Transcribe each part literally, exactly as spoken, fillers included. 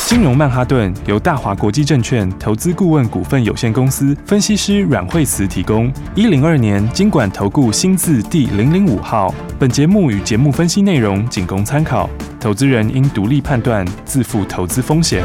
金融曼哈顿由大华国际证券投资顾问股份有限公司分析师阮惠慈提供。一零二年金管投顾新字第零零五号。本节目与节目分析内容仅供参考，投资人应独立判断，自负投资风险。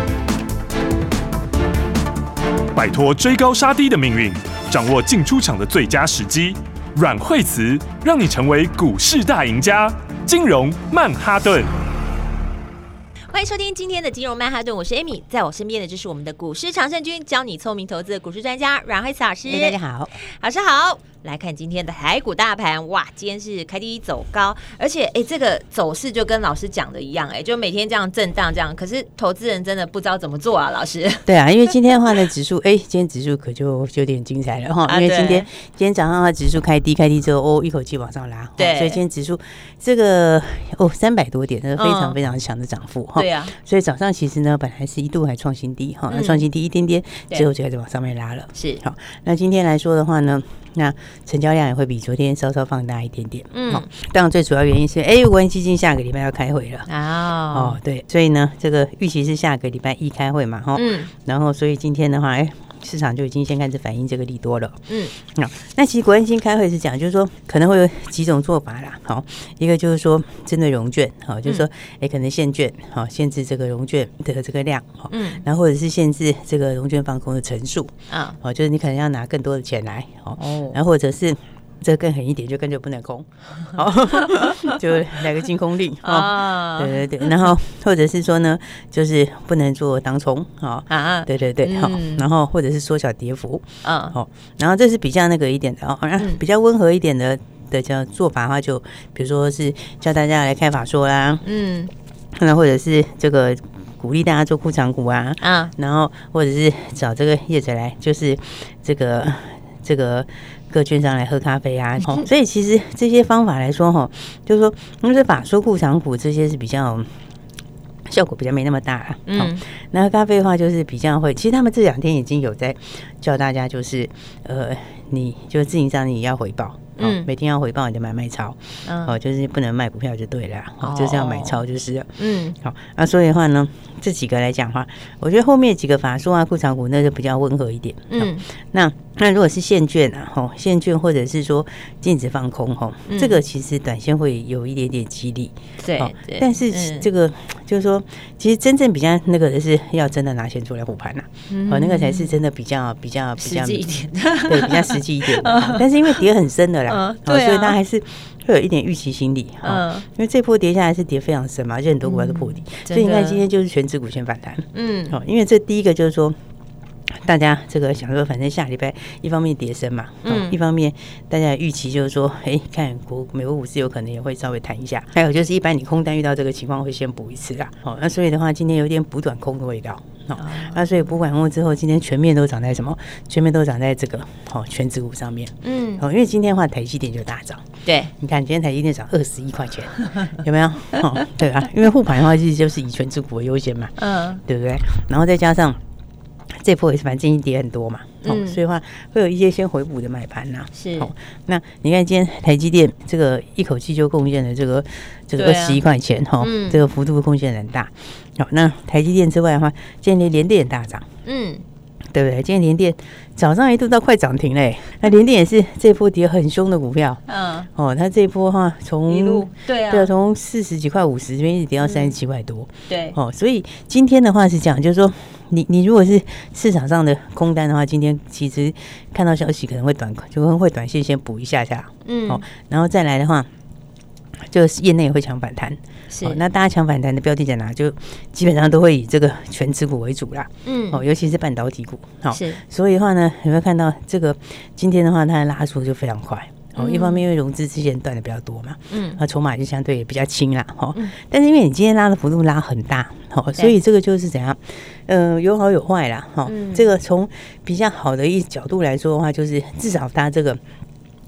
摆脱追高杀低的命运，掌握进出场的最佳时机。阮惠慈让你成为股市大赢家。金融曼哈顿。 欢迎收听今天的金融曼哈顿，我是 Amy， 在我身边的就是我们的股市常胜军，教你聪明投资的股市专家阮惠慈老师。 大家好， 老师好。来看今天的台股大盘，哇，今天是开低走高，而且哎，这个走势就跟老师讲的一样，哎，就每天这样震荡这样，可是投资人真的不知道怎么做啊，老师。 对啊，因为今天的话呢，指数哎，今天指数可就有点精彩了哈，因为今天、啊、今天早上的话，指数开低，开低之后哦，一口气往上拉，对，所以今天指数这个哦三百多点，这是非常非常强的涨幅哈、嗯。对啊，所以早上其实呢，本来是一度还创新低哈，那创新低一点点，之后就开始往上面拉了。是好，那今天来说的话呢。那成交量也会比昨天稍稍放大一点点，嗯，好、哦，当然最主要原因是，哎，国安基金下个礼拜要开会了，哦，哦，对，所以呢，这个预期是下个礼拜一开会嘛，哈、哦，嗯，然后所以今天的话，哎。市场就已经先开始反映这个利多了，嗯，好，那其实国安基金开会是讲，就是说可能会有几种做法啦，好，一个就是说针对融券，好，就是说，哎、嗯，可能限券，好，限制这个融券的这个量，好，嗯，然后或者是限制这个融券放空的成数，啊，好，就是你可能要拿更多的钱来，好，哦，然后或者是。这更狠一点，就根本就不能空，好，就来个净空令啊，对对对，然后或者是说呢，就是不能做当冲啊，对对对，好、嗯，然后或者是缩小跌幅，嗯，好，然后这是比较那个一点的哦，比较温和一点的的叫做法的话，就比如说是叫大家来开法说啦，嗯，那或者是这个。鼓励大家做库藏股啊，啊，然后或者是找这个业者来，就是这个这个各券商来喝咖啡啊，哦、所以其实这些方法来说，哈，就是说，因为法说库藏股这些是比较效果比较没那么大啦，嗯、哦，那喝咖啡的话就是比较会，其实他们这两天已经有在教大家，就是呃，你就自营商你要回报。嗯、哦，每天要回报你的买卖超，嗯、哦，就是不能卖股票就对了，哦，就是要买超就是了，嗯，好，那所以的话呢，这几个来讲的话，我觉得后面几个法说啊、库藏股那就比较温和一点，嗯，哦、那那如果是现券啊，吼，现券或者是说禁止放空，吼、嗯，这个其实短线会有一点点激励，对，哦、但是这个、嗯、就是说，其实真正比较那个的是要真的拿钱出来护盘呐，嗯，哦，那个才是真的比较比较比较实际一点， 对，比较实际一点的，哦，但是因为跌很深的。嗯，对、啊哦，所以它还是会有一点预期心理，嗯、哦，因为这波跌下来是跌非常深嘛，而且很多股票都破底，嗯、所以你看今天就是全指股先反弹，嗯，哦，因为这第一个就是说。大家这个想说，反正下礼拜一方面跌升嘛，嗯，一方面大家预期就是说，哎，看国美国股市有可能也会稍微弹一下，还有就是一般你空单遇到这个情况会先补一次啦，哦，那所以的话，今天有点补短空的味道，哦，那所以补短空之后，今天全面都涨在什么？全面都涨在这个哦全指股上面，嗯，哦，因为今天的话台积电就大涨，对，你看今天台积电涨二十一块钱，有没有？哦，对啊，因为护盘的话其实就是以全指股为优先嘛，嗯，对不对？然后再加上。这波也是反正最近跌很多嘛，嗯、哦，所以的话会有一些先回补的买盘呐。是，哦，那你看今天台积电这个一口气就贡献了这个这个二十一块钱哈，啊哦嗯，这个幅度贡献很大。好，那台积电之外的话，今天联电大涨，嗯，对不对？今天联电早上一度到快涨停嘞，那联电也是这波跌很凶的股票，嗯，哦，它这一波的话从一路对啊，对啊，从四十几块五十这边一直跌到三十七块多，嗯，对，哦，所以今天的话是讲，就是说。你你如果是市场上的空单的话，今天其实看到消息可能会短，就会短线先补一下下，嗯，哦，然后再来的话，就是业内也会抢反弹，是，哦，那大家抢反弹的标的在哪？就基本上都会以这个全指股为主啦，嗯，哦，尤其是半导体股，好，哦，是，所以的话呢，你会看到这个今天的话，它的拉出就非常快。哦，一方面因为融资之前断的比较多嘛，嗯，那筹码就相对也比较轻啦，哦，嗯，但是因为你今天拉的幅度拉很大，哦，所以这个就是怎样，呃，有好有坏啦，哦，嗯，这个从比较好的一角度来说的话，就是至少它这个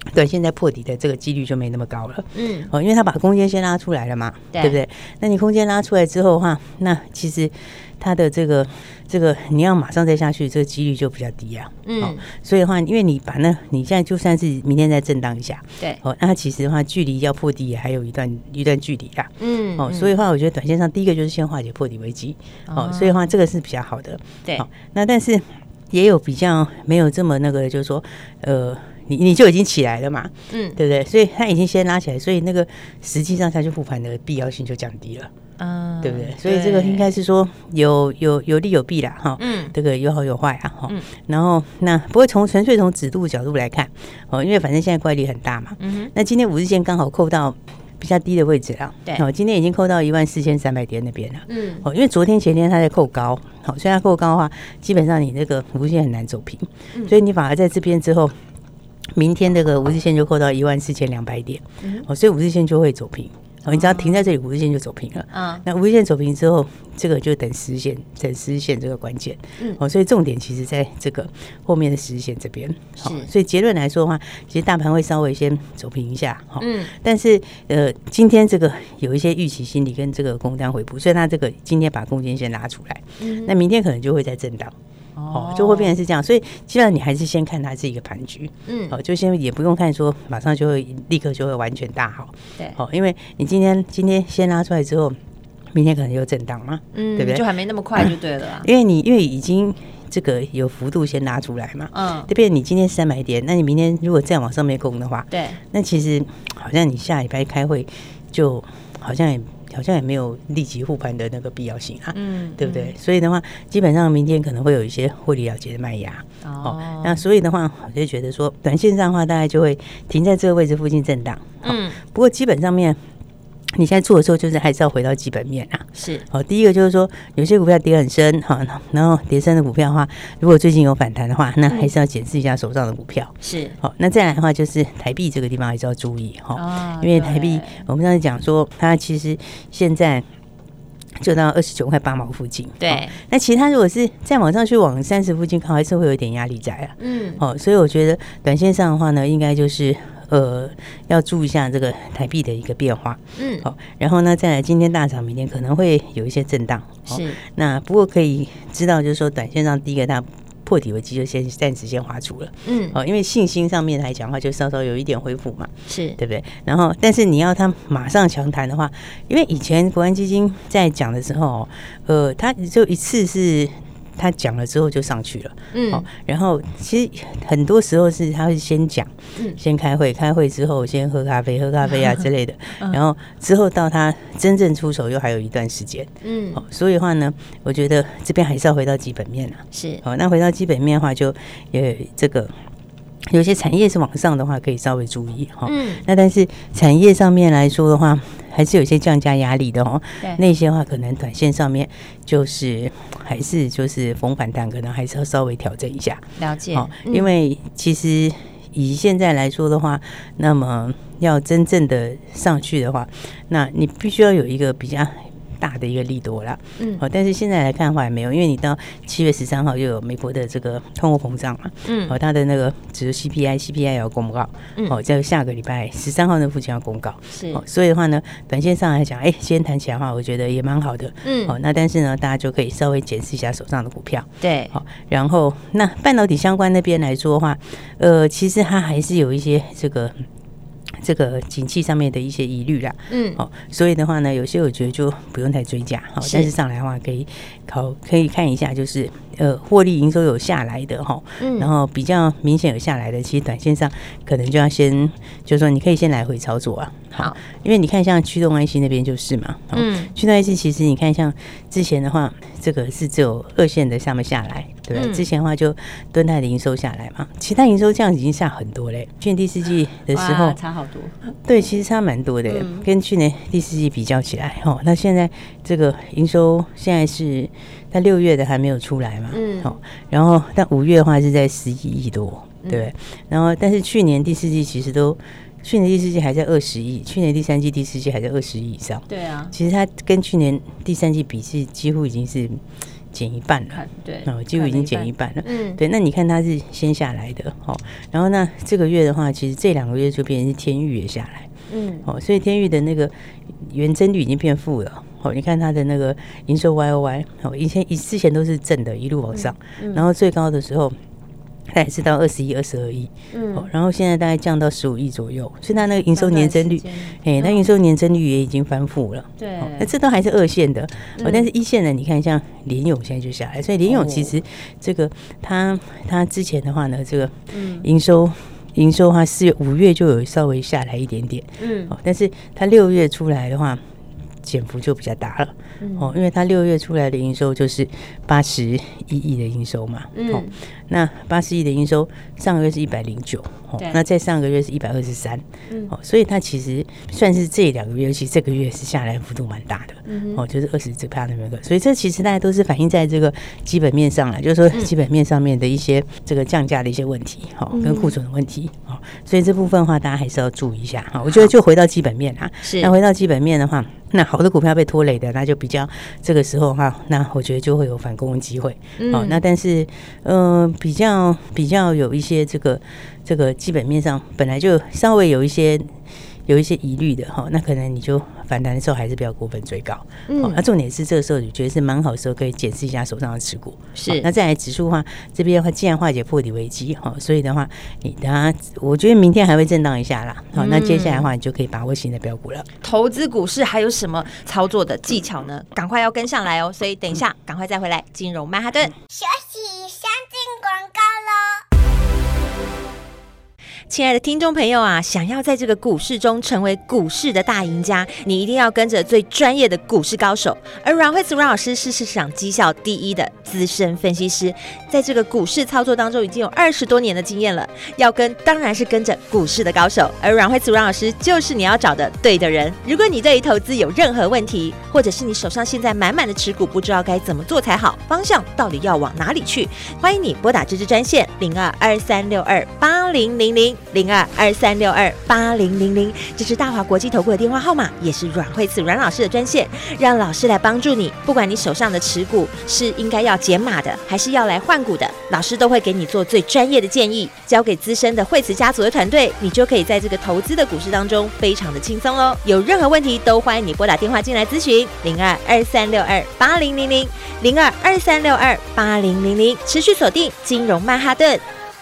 短线在破底的这个几率就没那么高了。 嗯， 哦，因为它把空间先拉出来了嘛， 对, 对不对？那你空间拉出来之后的话，那其实它的这个这个你要马上再下去，这个几率就比较低啊。嗯、哦，所以的话，因为你把那你现在就算是明天再震荡一下， 对， 哦，那它其实的话，距离要破底也还有一段一段距离啦。 嗯， 哦，所以的话，我觉得短线上第一个就是先化解破底危机。哦，所以的话，这个是比较好的。 对， 哦，那但是也有比较没有这么那个，就是说，呃。你你就已经起来了嘛，嗯，对不对？所以它已经先拉起来，所以那个实际上它就复盘的必要性就降低了，嗯，对不对？所以这个应该是说有有有利有弊啦，哈，嗯，这个有好有坏啊，哈、嗯。然后那不过从纯粹从指数角度来看，哦，因为反正现在乖离很大嘛，嗯哼。那今天五日线刚好扣到比较低的位置了，对，哦，今天已经扣到一万四千三百点那边了，嗯，哦，因为昨天前天它在扣高，好，所以它扣高的话，基本上你那个五日线很难走平，嗯，所以你反而在这边之后。明天这个五日线就扣到一万四千两百点，嗯、哦，所以五日线就会走平。哦，你只要停在这里，五日线就走平了。嗯，那五日线走平之后，这个就等十线，等十线这个关键。嗯，哦，所以重点其实在这个后面的十线这边。好、哦，所以结论来说的话，其实大盘会稍微先走平一下。好、哦，嗯，但是呃，今天这个有一些预期心理跟这个空单回补，所以它这个今天把空间先拉出来，嗯，那明天可能就会再震荡。哦，就会变成是这样，所以基本上你还是先看它是一个盘局，嗯，哦，就先也不用看说马上就会立刻就会完全大好，对，哦，因为你今天今天先拉出来之后，明天可能又震荡嘛，嗯，对不对？ 就还没那么快就对了、啊嗯，因为你因为已经这个有幅度先拉出来嘛，嗯，这边你今天三百点，那你明天如果再往上面攻的话，对，那其实好像你下礼拜开会就好像也。好像也没有立即护盘的那个必要性啊，嗯，对不对？嗯、所以的话，基本上明天可能会有一些获利了结的卖压，哦，哦那所以的话，我就觉得说，短线上的话，大概就会停在这个位置附近震荡，嗯，不过基本上面。你现在做的时候，就是还是要回到基本面啊。是，好，第一个就是说，有些股票跌很深，哈，然后跌深的股票的话，如果最近有反弹的话，那还是要检视一下手上的股票。是，好，那再来的话就是台币这个地方还是要注意哈，哦、因为台币我们刚才讲说，它其实现在。就到二十九块八毛附近，对、哦。那其他如果是再往上去往三十附近靠，还是会有一点压力在啊。嗯，哦，所以我觉得短线上的话呢，应该就是呃要注意一下这个台币的一个变化。嗯，好、哦，然后呢再来今天大涨，明天可能会有一些震荡。哦、是。那不过可以知道，就是说短线上第一个它。破底危机就先暂时先划除了，嗯，哦，因为信心上面来讲的话，就稍稍有一点恢复嘛，是对不对？然后，但是你要它马上强弹的话，因为以前国安基金在讲的时候，呃，它就一次是。他讲了之后就上去了，嗯，哦，然后其实很多时候是他会先讲，嗯，先开会，开会之后先喝咖啡，喝咖啡啊之类的，嗯、然后之后到他真正出手又还有一段时间，嗯，哦，所以的话呢，我觉得这边还是要回到基本面啊，是，哦，那回到基本面的话就，呃，这个。有些产业是往上的话，可以稍微注意哈。嗯，那但是产业上面来说的话，还是有一些降价压力的哦。对，那些的话可能短线上面就是还是就是逢反弹，可能还是要稍微调整一下。了解，哦，因为其实以现在来说的话，那么要真正的上去的话，那你必须要有一个比较。大的一个利多啦，嗯，好，但是现在来看的话还没有，因为你到七月十三号就有美国的这个通货膨胀嘛，嗯，好，它的那个指数 C P I C P I 也要公告，嗯，好，在下个礼拜十三号那附近要公告，是，好，所以的话呢，短线上来讲，哎，今天谈起来的话，我觉得也蛮好的，嗯，好，那但是呢，大家就可以稍微检视一下手上的股票，对，好，然后那半导体相关那边来说的话，呃，其实它还是有一些这个。这个景气上面的一些疑虑啦，嗯，哦，所以的话呢，有些我觉得就不用太追加，好，但是上来的话可以考可以看一下，就是呃，获利营收有下来的哈，嗯，然后比较明显有下来的，其实短线上可能就要先，就是说你可以先来回操作啊，好，因为你看像驱动 I C 那边就是嘛，嗯，驱动 I C 其实你看像之前的话，这个是只有二线的上面下来。对不对？嗯、之前的话就敦泰的营收下来嘛，其他营收这样已经下很多嘞。去年第四季的时候差好多， 对，其实差蛮多的，嗯、跟去年第四季比较起来，哦，那现在这个营收现在是它六月的还没有出来嘛，嗯，哦，然后但五月的话是在十一亿多，对不对？嗯、然后但是去年第四季其实都。去年第四季还在二十亿，去年第三季、第四季还在二十亿以上。对啊，其实它跟去年第三季比是几乎已经是减一半了， 对， 哦，几乎已经减一半了。 嗯， 对，那你看它是先下来的，哦，然后那这个月的话，其实这两个月就变成是天钰也下来，嗯，哦，所以天钰的那个原增率已经变负了。哦，你看它的那个营收 Y O Y， 哦，以前之前都是正的，一路往上，嗯嗯、然后最高的时候。它也是到二十亿、二十二亿，嗯、哦，然后现在大概降到十五亿左右，所以它那个营收年增率，哎，它营收年增率也已经翻负了，对，哦，那这都还是二线的，哦，嗯、但是一线的，你看像联咏现在就下来，所以联咏其实这个它它之前的话呢，这个营收。营收它四月、五月就有稍微下来一点点，嗯，哦，但是它六月出来的话，减幅就比较大了，嗯、哦，因为它六月出来的营收就是八十一亿的营收嘛，嗯，哦，那八十亿的营收，上个月是一百零九，哦，那在上个月是一百二十三，哦，所以它其实算是这两个月，尤其这个月是下来幅度蛮大的，嗯、哦，就是二十这趴的那个，所以这其实大家都是反映在这个基本面上了，就是说基本面上面的一些这个降价的一些问题，哦，跟库存的问题，哦，所以这部分的话，大家还是要注意一下，哈，我觉得就回到基本面啊，是，那回到基本面的话。那好的股票被拖累的，那就比较这个时候哈，那我觉得就会有反攻的机会。嗯，哦，那但是呃，比较比较有一些这个这个基本面上本来就稍微有一些有一些疑虑的哈，那可能你就反弹的时候还是不要过分追高。嗯，哦，那重点是这个时候你觉得是蛮好的时候，可以检视一下手上的持股。是，哦，那再来指数的话，这边的话既然化解破底危机哈，所以的话，你等下我觉得明天还会震荡一下啦。好，嗯，那接下来的话，你就可以把握新的标股了。 投资股市还有什么操作的技巧呢？赶快要跟上来哦！所以等一下赶快再回来，金融曼哈顿休息先进广告喽。 亲爱的听众朋友啊，想要在这个股市中成为股市的大赢家，你一定要跟着最专业的股市高手。而阮慧慈阮老师是市场绩效第一的资深分析师，在这个股市操作当中已经有二十多年的经验了。要跟当然是跟着股市的高手，而阮慧慈阮老师就是你要找的对的人。如果你对于投资有任何问题，或者是你手上现在满满的持股，不知道该怎么做才好，方向到底要往哪里去，欢迎你拨打这支专线零二二三六二八零零零。零二二三六二八零零零，这是大华国际投顾的电话号码，也是阮慧慈阮老师的专线，让老师来帮助你。不管你手上的持股是应该要减码的，还是要来换股的，老师都会给你做最专业的建议，交给资深的慧慈家族的团队，你就可以在这个投资的股市当中非常的轻松哦。有任何问题都欢迎你拨打电话进来咨询，零二二三六二八零零零，零二二三六二八零零零，持续锁定金融曼哈顿。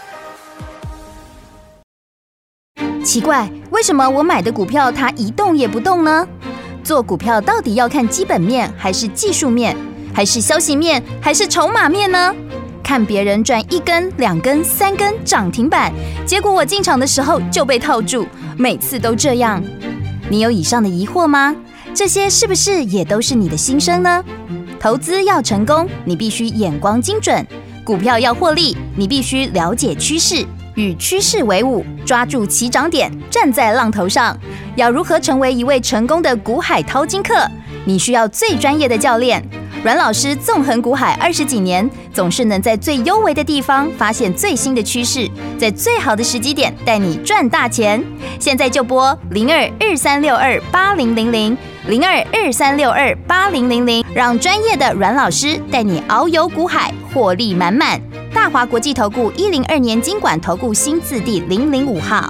奇怪，为什么我买的股票它一动也不动呢？做股票到底要看基本面，还是技术面，还是消息面，还是筹码面呢？看别人赚一根、两根、三根涨停板，结果我进场的时候就被套住，每次都这样。你有以上的疑惑吗？这些是不是也都是你的心声呢？投资要成功，你必须眼光精准；股票要获利，你必须了解趋势。与趋势为伍，抓住起涨点，站在浪头上。要如何成为一位成功的股海淘金客？你需要最专业的教练。阮老师纵横股海二十几年，总是能在最优微的地方发现最新的趋势，在最好的时机点带你赚大钱。现在就拨零二二三六二八零零零零二二三六二八零零零，让专业的阮老师带你遨游股海，获利满满。大华国际投顾一零二年金管投顾新字第零零五号。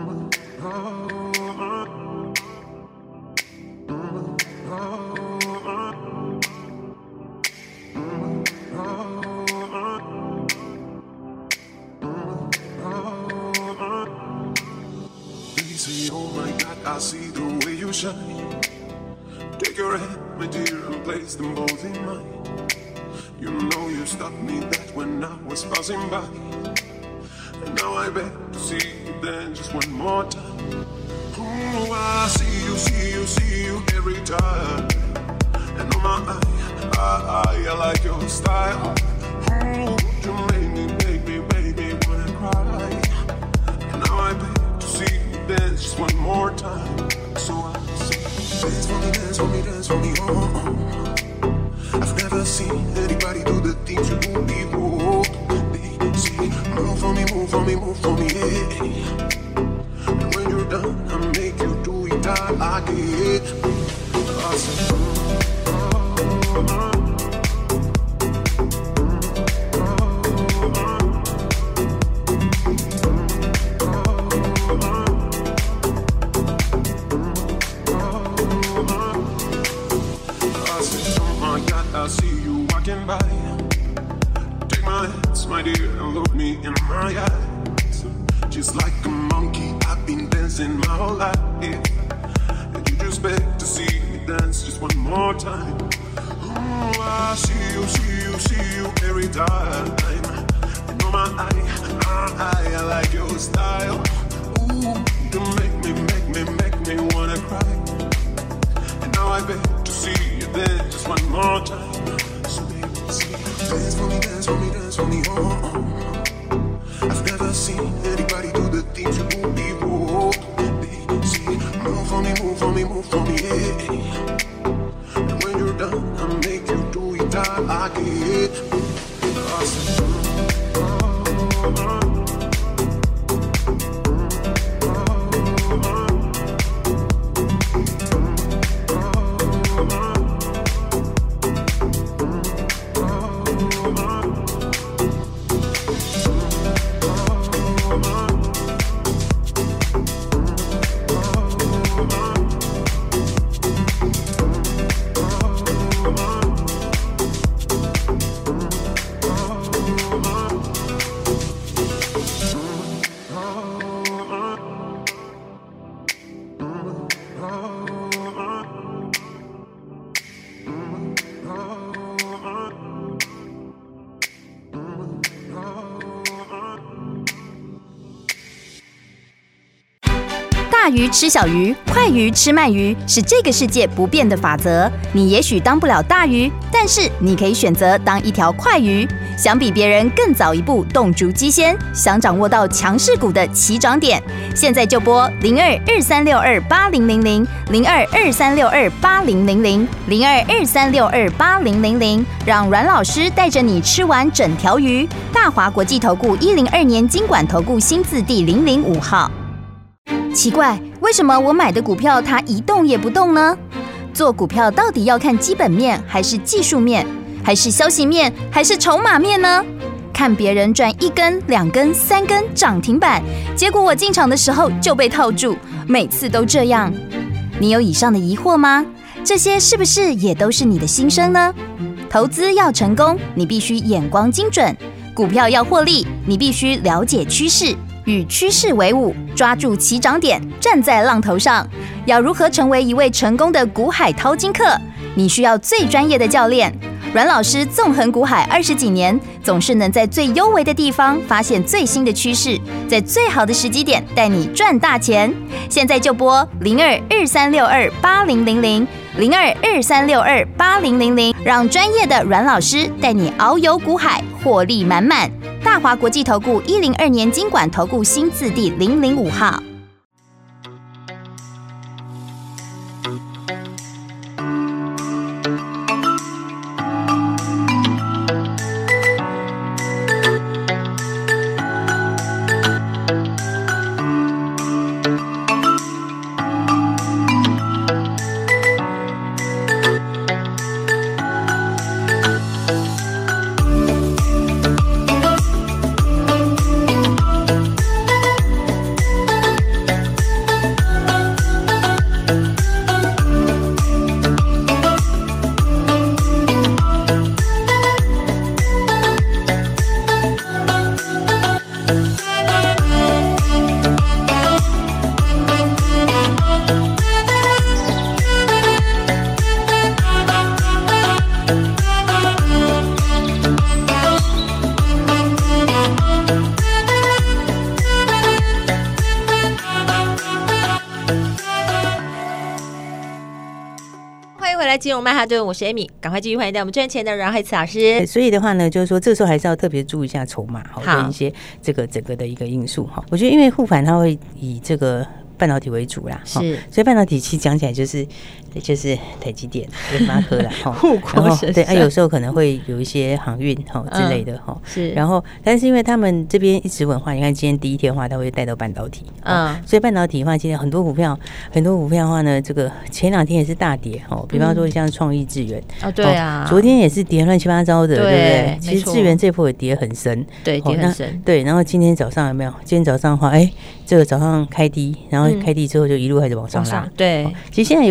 You know you stopped me that when I was passing by, and now I beg to see you then just one more time. Oh, I see you, see you, see you every time, and oh my, I, I, I like your style. Oh, you make me, make me, make me wanna cry, and now I beg to see you then just one more time. So I say, dance for me, dance for me, dance for me, oh, oh. I've never seen anybody do the things you do before. They say, move for me, move for me, move for me, yeah. And when you're done, I make you do it all again. I say, oh, oh, oh. by. Take my hands, my dear, and look me in my eyes. Just like a monkey, I've been dancing my whole life. And you just beg to see me dance just one more time. Ooh, I see you, see you, see you every time. You know my eye, my eye, I like your style. Ooh, you make me, make me, make me wanna cry. And now I beg to see you dance just one more time. So baby, see, dance for me, dance for me, dance for me, oh, oh. I've never seen anybody do the things you move before. Baby, see, move for me, move for me, move for me, yeah. And when you're done, I'll make you do it again. I said, 大鱼吃小鱼，快鱼吃慢鱼，是这个世界不变的法则。你也许当不了大鱼，但是你可以选择当一条快鱼。想比别人更早一步动足机先，想掌握到强势股的起涨点，现在就拨零二二三六二八零零零零二二三六二八零零零零二二三六二八零零零，让阮老师带着你吃完整条鱼。大华国际投顾一零二年金管投顾新字第零零五号。奇怪，为什么我买的股票它一动也不动呢？做股票到底要看基本面，还是技术面，还是消息面，还是筹码面呢？看别人赚一根、两根、三根涨停板，结果我进场的时候就被套住，每次都这样。你有以上的疑惑吗？这些是不是也都是你的心声呢？投资要成功，你必须眼光精准；股票要获利，你必须了解趋势。与趋势为伍，抓住起涨点，站在浪头上。要如何成为一位成功的股海淘金客？你需要最专业的教练。阮老师纵横股海二十几年，总是能在最优微的地方发现最新的趋势，在最好的时机点带你赚大钱。现在就拨零二二三六二八零零零零二二三六二八零零零，让专业的阮老师带你遨游股海，获利满满。大华国际投顾一零二年金管投顾新字第零零五号。 金融曼哈顿，我是 Amy， 赶快继续欢迎带我们赚钱的阮慧慈老师。 所以的话呢，就是说这个时候还是要特别注意一下筹码跟一些这个整个的一个因素哈。我觉得因为护盘它会以这个半导体为主啦，是，所以半导体其实讲起来就是就是台积电、联发科啦， 护国神山。 对啊，有时候可能会有一些航运哈之类的哈、嗯。是，然后但是因为他们这边一直稳化，你看今天第一天的话，它会带到半导体，嗯，所以半导体的话，今天很多股票，很多股票的话呢，这个前两天也是大跌哈，比方说像创意智原、 嗯、哦，对啊， 昨天也是跌乱七八糟的， 对, 对不对？其实智原这波也跌很深， 对，跌很深。 对，然后今天早上有没有？今天早上的话，哎，这个早上开低，然后开低之后就一路开始往上拉， 嗯、对、哦。 其实现在有很多这个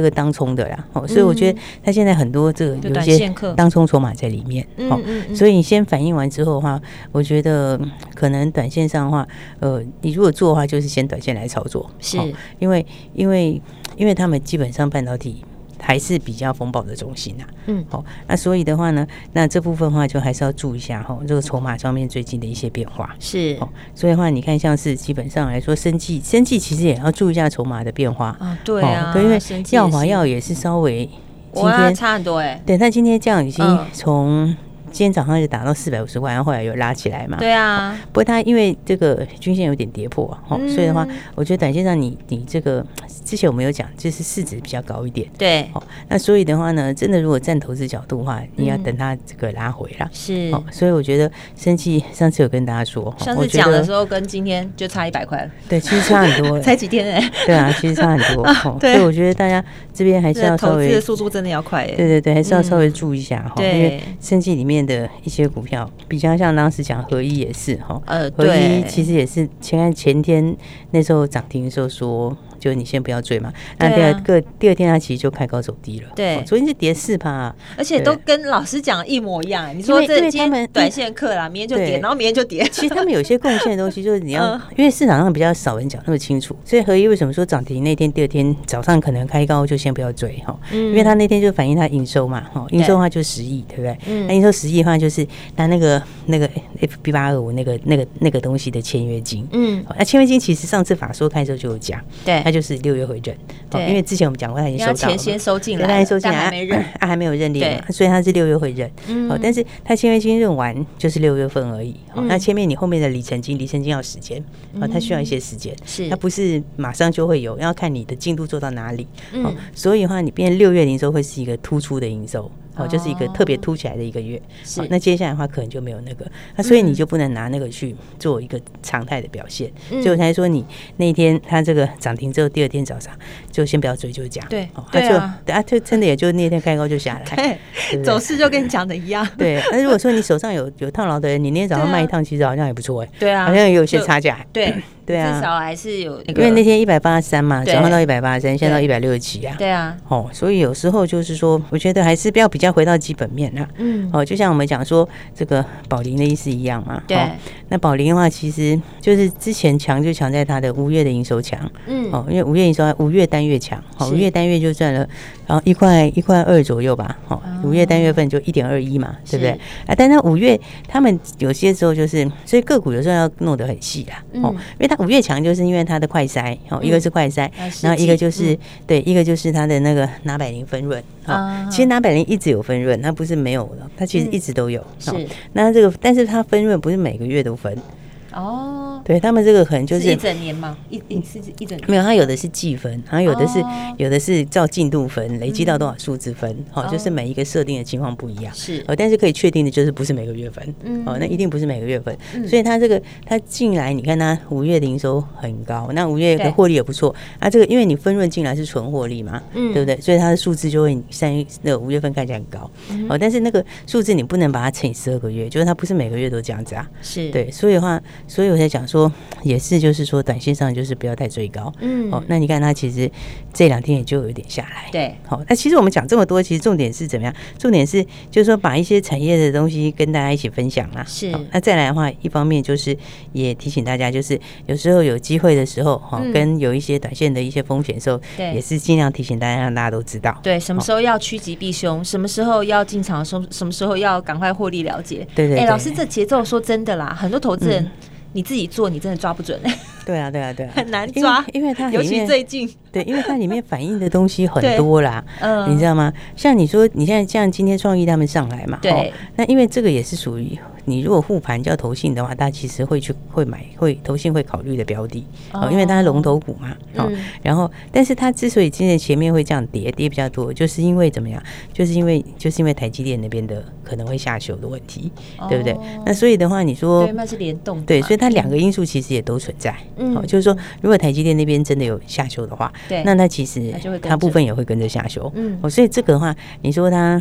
个当冲的啦，哦，所以我觉得它现在很多这个有一些当冲筹码在里面，哦，所以你先反应完之后的话，我觉得可能短线上的话，呃，你如果做的话，就是先短线来操作， 是因为因为因为他们基本上半导体还是比较风暴的中心啊，嗯，好，那所以的话呢，那这部分的话就还是要注意一下哈，这个筹码上面最近的一些变化是， 哦，所以的话你看像是基本上来说，生技生技其实也要注意一下筹码的变化啊，对啊， 对，因为耀华药也是稍微今天差很多哎， 对，它今天这样已经从今天早上就打到四百五十块，然后后来有拉起来嘛。 对啊， 不过它因为这个均线有点跌破，哦，嗯，所以的话，我觉得短线上你你这个之前我们有讲，就是市值比较高一点。 对， 哦，那所以的话呢，真的如果站投资角度的话，你要等它这个拉回啦。 是， 哦，所以我觉得生技上次有跟大家说， 上次讲的时候跟今天就差一百块了。 对，其实差很多， 才几天哎。 对啊，其实差很多。哦，所以我觉得大家这边还是要稍微投资的速度真的要快哎。 对对对，还是要稍微注意一下哈，因为生技里面的一些股票，比较像当时讲合一也是哈，呃，合一其实也是前前天那时候涨停的时候说，就你先不要追嘛，那第二个第二天它其实就开高走低了， 对， 昨天是跌四趴， 而且都跟老师讲一模一样。你说这今天短线课啦，明天就跌，然后明天就跌。 其实他们有些贡献的东西，就是你要，因为市场上比较少人讲那么清楚，所以合一为什么说涨停那天第二天早上可能开高就先不要追哈，因为他那天就反映他营收嘛，哈，营收的话就十亿，对不对？那营收十亿的话就是那那个那个 F B 八二五那个那个那个东西的签约金，嗯，那签约金其实上次法说开的时候就有讲，对，它就是六月会认，对，因为之前我们讲过他已经收到了， 钱先收进来， 但收进来还没认， 啊还没有认列嘛，所以他是六月会认，哦，但是他签约金认完就是六月份而已，哦，那前面你后面的里程金，里程金要时间，哦，它需要一些时间，是，它不是马上就会有，要看你的进度做到哪里，哦，所以的话你变六月营收会是一个突出的营收。哦，就是一个特别凸起来的一个月，是，哦，那接下来的话可能就没有那个，那所以你就不能拿那个去做一个常态的表现，嗯，所以我才说你那一天它这个涨停之后，第二天早上就先不要追，就是这样， 对， 哦，对啊，啊，就真的也就那天开高就下来， 对，对对，走势就跟你讲的一样， 对。那如果说你手上有有套牢的人，你那天早上卖一趟，其实好像也不错哎， 对啊， 好像也有些差价， 对。 对啊， 至少还是有那个， 因为那天一百八十三嘛，早上到一百八十三，现在到一百六十七啊。 对啊， 哦，所以有时候就是说，我觉得还是不要比较回到基本面啊。嗯，哦，就像我们讲说这个宝林的意思一样嘛。对，哦，那宝林的话，其实就是之前强就强在它的五月的营收强。嗯，哦，因为五月营收五月单月强，哦，五月单月就赚了，然后一块一块二左右吧。哦，五月单月份就一点二一嘛，对不对？啊，但是五月他们有些时候就是，所以个股有时候要弄得很细啦。哦，因为它五月强就是因为因为它的快筛，哦，一个是快筛，然后一个就是对，一个就是它的那个拿百灵分润，哦，其实拿百灵一直有分润，它不是没有的，它其实一直都有，是。那这个，但是它分润不是每个月都分。哦，对他们这个可能就是一整年吗？一一是一整年没有，它有的是季分，然后有的是有的是照进度分，累积到多少数字分，好，就是每一个设定的情况不一样，是。哦，但是可以确定的就是不是每个月分，哦，那一定不是每个月分，所以它这个它进来，你看它五月的营收很高，那五月的获利也不错，啊，这个因为你分润进来是纯获利嘛，嗯，对不对？所以它的数字就会三那五月份看起来很高，哦，但是那个数字你不能把它乘以十二个月，就是它不是每个月都这样子啊，是对，所以的话。所以我在讲说，也是就是说，短线上就是不要太追高。嗯，哦，那你看它其实这两天也就有点下来。对，好，那其实我们讲这么多，其实重点是怎么样？重点是就是说，把一些产业的东西跟大家一起分享啦。是，那再来的话，一方面就是也提醒大家，就是有时候有机会的时候，哈，跟有一些短线的一些风险的时候，也是尽量提醒大家，让大家都知道。 对，什么时候要趋吉避凶，什么时候要进场，什什么时候要赶快获利了结。 对对， 哎，老师，这节奏说真的啦，很多投资人。你自己做，你真的抓不准。 对啊，对啊，对啊， 很难抓， 因为, 因为它尤其最近， 对，因为它里面反映的东西很多啦，嗯，你知道吗？像你说，你现在像今天创意他们上来嘛，对，哦，那因为这个也是属于你如果护盘叫投信的话，他其实会去会买，会投信会考虑的标的，哦，因为它是龙头股嘛，哦，嗯，然后，但是它之所以今天前面会这样跌，跌比较多，就是因为怎么样？就是因为就是因为台积电那边的可能会下修的问题，哦，对不对？那所以的话，你说对，那是联动的， 对，所以它两个因素其实也都存在，嗯，哦，就是说，如果台积电那边真的有下修的话，对，那它其实它部分也会跟着下修，嗯，哦，所以这个的话，你说它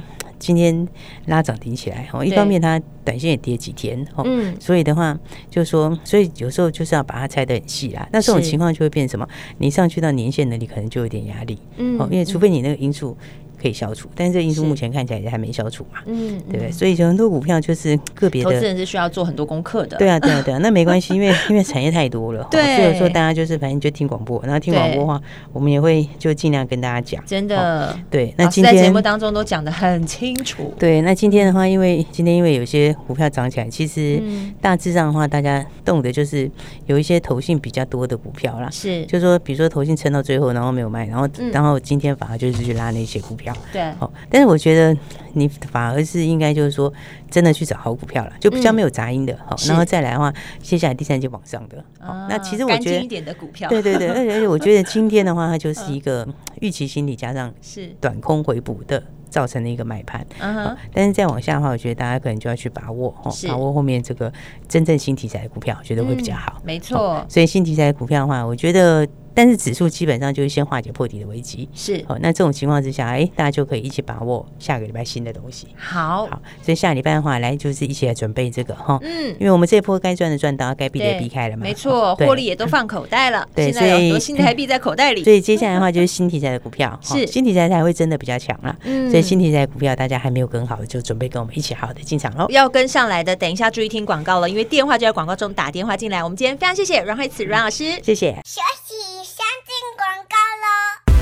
今天拉涨停起来，一方面它短线也跌几天，嗯，所以的话就是说，所以有时候就是要把它拆得很细啦。那这种情况就会变成什么？你上去到年线那里可能就有点压力，嗯，因为除非你那个因素可以消除，但是这个因素目前看起来也还没消除嘛，嗯，对不对？所以很多股票就是个别的， 投资人是需要做很多功课的。 对啊，对啊，对啊，那没关系，因为因为产业太多了，对，所以有时候大家就是反正就听广播，然后听广播的话，我们也会就尽量跟大家讲， 真的， 对。那今天在节目当中都讲得很清楚。 对，那今天的话，因为今天因为有些股票涨起来，其实大致上的话，大家动的就是有一些投信比较多的股票啦，是，就是说比如说投信撑到最后，然后没有卖，然后然后今天反而就是去拉那些股票。对，好，但是我觉得你反而是应该就是说真的去找好股票了，就比较没有杂音的，好、嗯，然后再来的话，接下来第三季往上的，好、啊，那其实我觉得干净一点的股票， 对对对，而且我觉得今天的话，它就是一个预期心理加上是短空回补的。造成的一个买盘，嗯，但是再往下的话，我觉得大家可能就要去把握，把握后面这个真正新题材的股票，我觉得会比较好。 嗯、没错， 所以新题材的股票的话，我觉得。但是指数基本上就是先化解破底的危机，是好、哦。那这种情况之下，哎、欸，大家就可以一起把握下个礼拜新的东西。好，好，所以下礼拜的话，来就是一起来准备这个哈，嗯，因为我们这一波该赚的赚到，该避的也避开了嘛， 没错，获利也都放口袋了，对，现在有很多新台币在口袋里。 所以接下来的话就是新题材的股票，是、哦、新题材才会真的比较强啦。嗯，所以新题材的股票大家还没有跟好的，就准备跟我们一起好好的进场喽。 要跟上来的，等一下注意听广告了，因为电话就在广告中打电话进来。我们今天非常谢谢阮慧慈阮老师， 谢谢。 休息相进广告喽。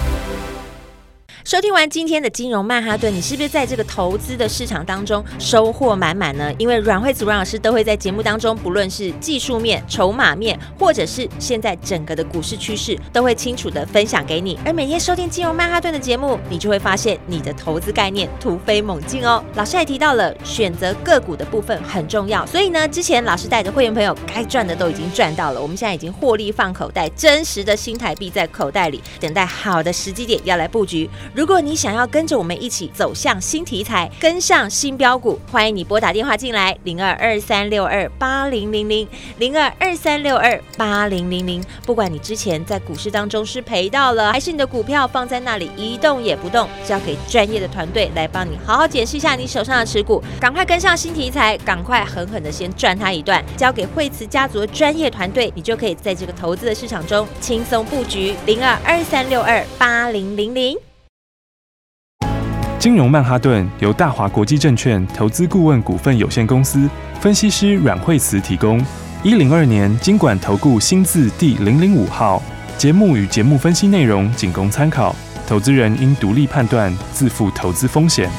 收听完今天的金融曼哈顿，你是不是在这个投资的市场当中收获满满呢？因为阮慧慈阮老师都会在节目当中，不论是技术面、筹码面，或者是现在整个的股市趋势，都会清楚的分享给你。而每天收听金融曼哈顿的节目，你就会发现你的投资概念突飞猛进哦。老师还提到了选择个股的部分很重要，所以呢，之前老师带着会员朋友该赚的都已经赚到了，我们现在已经获利放口袋，真实的新台币在口袋里，等待好的时机点要来布局。如果你想要跟着我们一起走向新题材，跟上新标股，欢迎你拨打电话进来零二二三六二八零零零零二二三六二八零零零。不管你之前在股市当中是赔到了，还是你的股票放在那里一动也不动，交给专业的团队来帮你好好检视一下你手上的持股，赶快跟上新题材，赶快狠狠的先赚它一段，交给慧慈家族的专业团队，你就可以在这个投资的市场中轻松布局。零二二三六二八零零零。 金融曼哈顿由大华国际证券投资顾问股份有限公司分析师阮慧慈提供。一零二年金管投顾新字第零零五号。节目与节目分析内容仅供参考，投资人应独立判断，自负投资风险。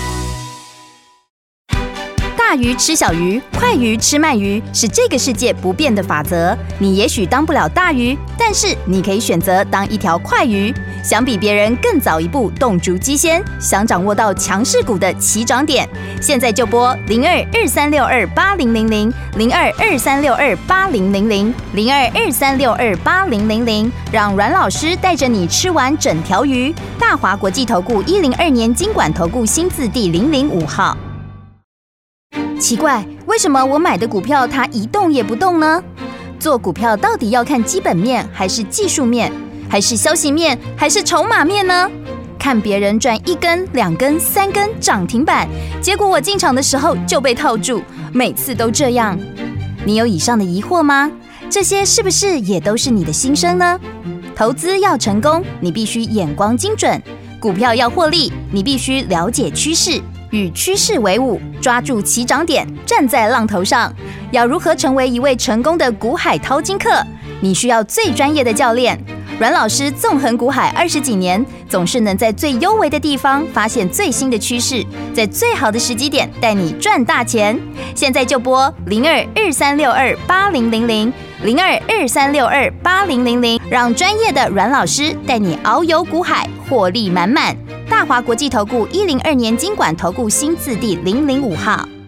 大鱼吃小鱼，快鱼吃慢鱼，是这个世界不变的法则。你也许当不了大鱼，但是你可以选择当一条快鱼。想比别人更早一步动足机先，想掌握到强势股的起涨点，现在就拨零二二三六二八零零零零二二三六二八零零零零二二三六二八零零零，让阮老师带着你吃完整条鱼。大华国际投顾一零二年金管投顾新字第零零五号。奇怪，为什么我买的股票它一动也不动呢？做股票到底要看基本面，还是技术面，还是消息面，还是筹码面呢？看别人赚一根、两根、三根涨停板，结果我进场的时候就被套住，每次都这样。你有以上的疑惑吗？这些是不是也都是你的心声呢？投资要成功，你必须眼光精准；股票要获利，你必须了解趋势。与趋势为伍，抓住起涨点，站在浪头上。要如何成为一位成功的股海淘金客？你需要最专业的教练。阮老师纵横股海二十几年，总是能在最优微的地方发现最新的趋势，在最好的时机点带你赚大钱。现在就拨零二二三六二八零零零零二二三六二八零零零，让专业的阮老师带你遨游股海，获利满满。大华国际投顾一零二年金管投顾新字第零零五号。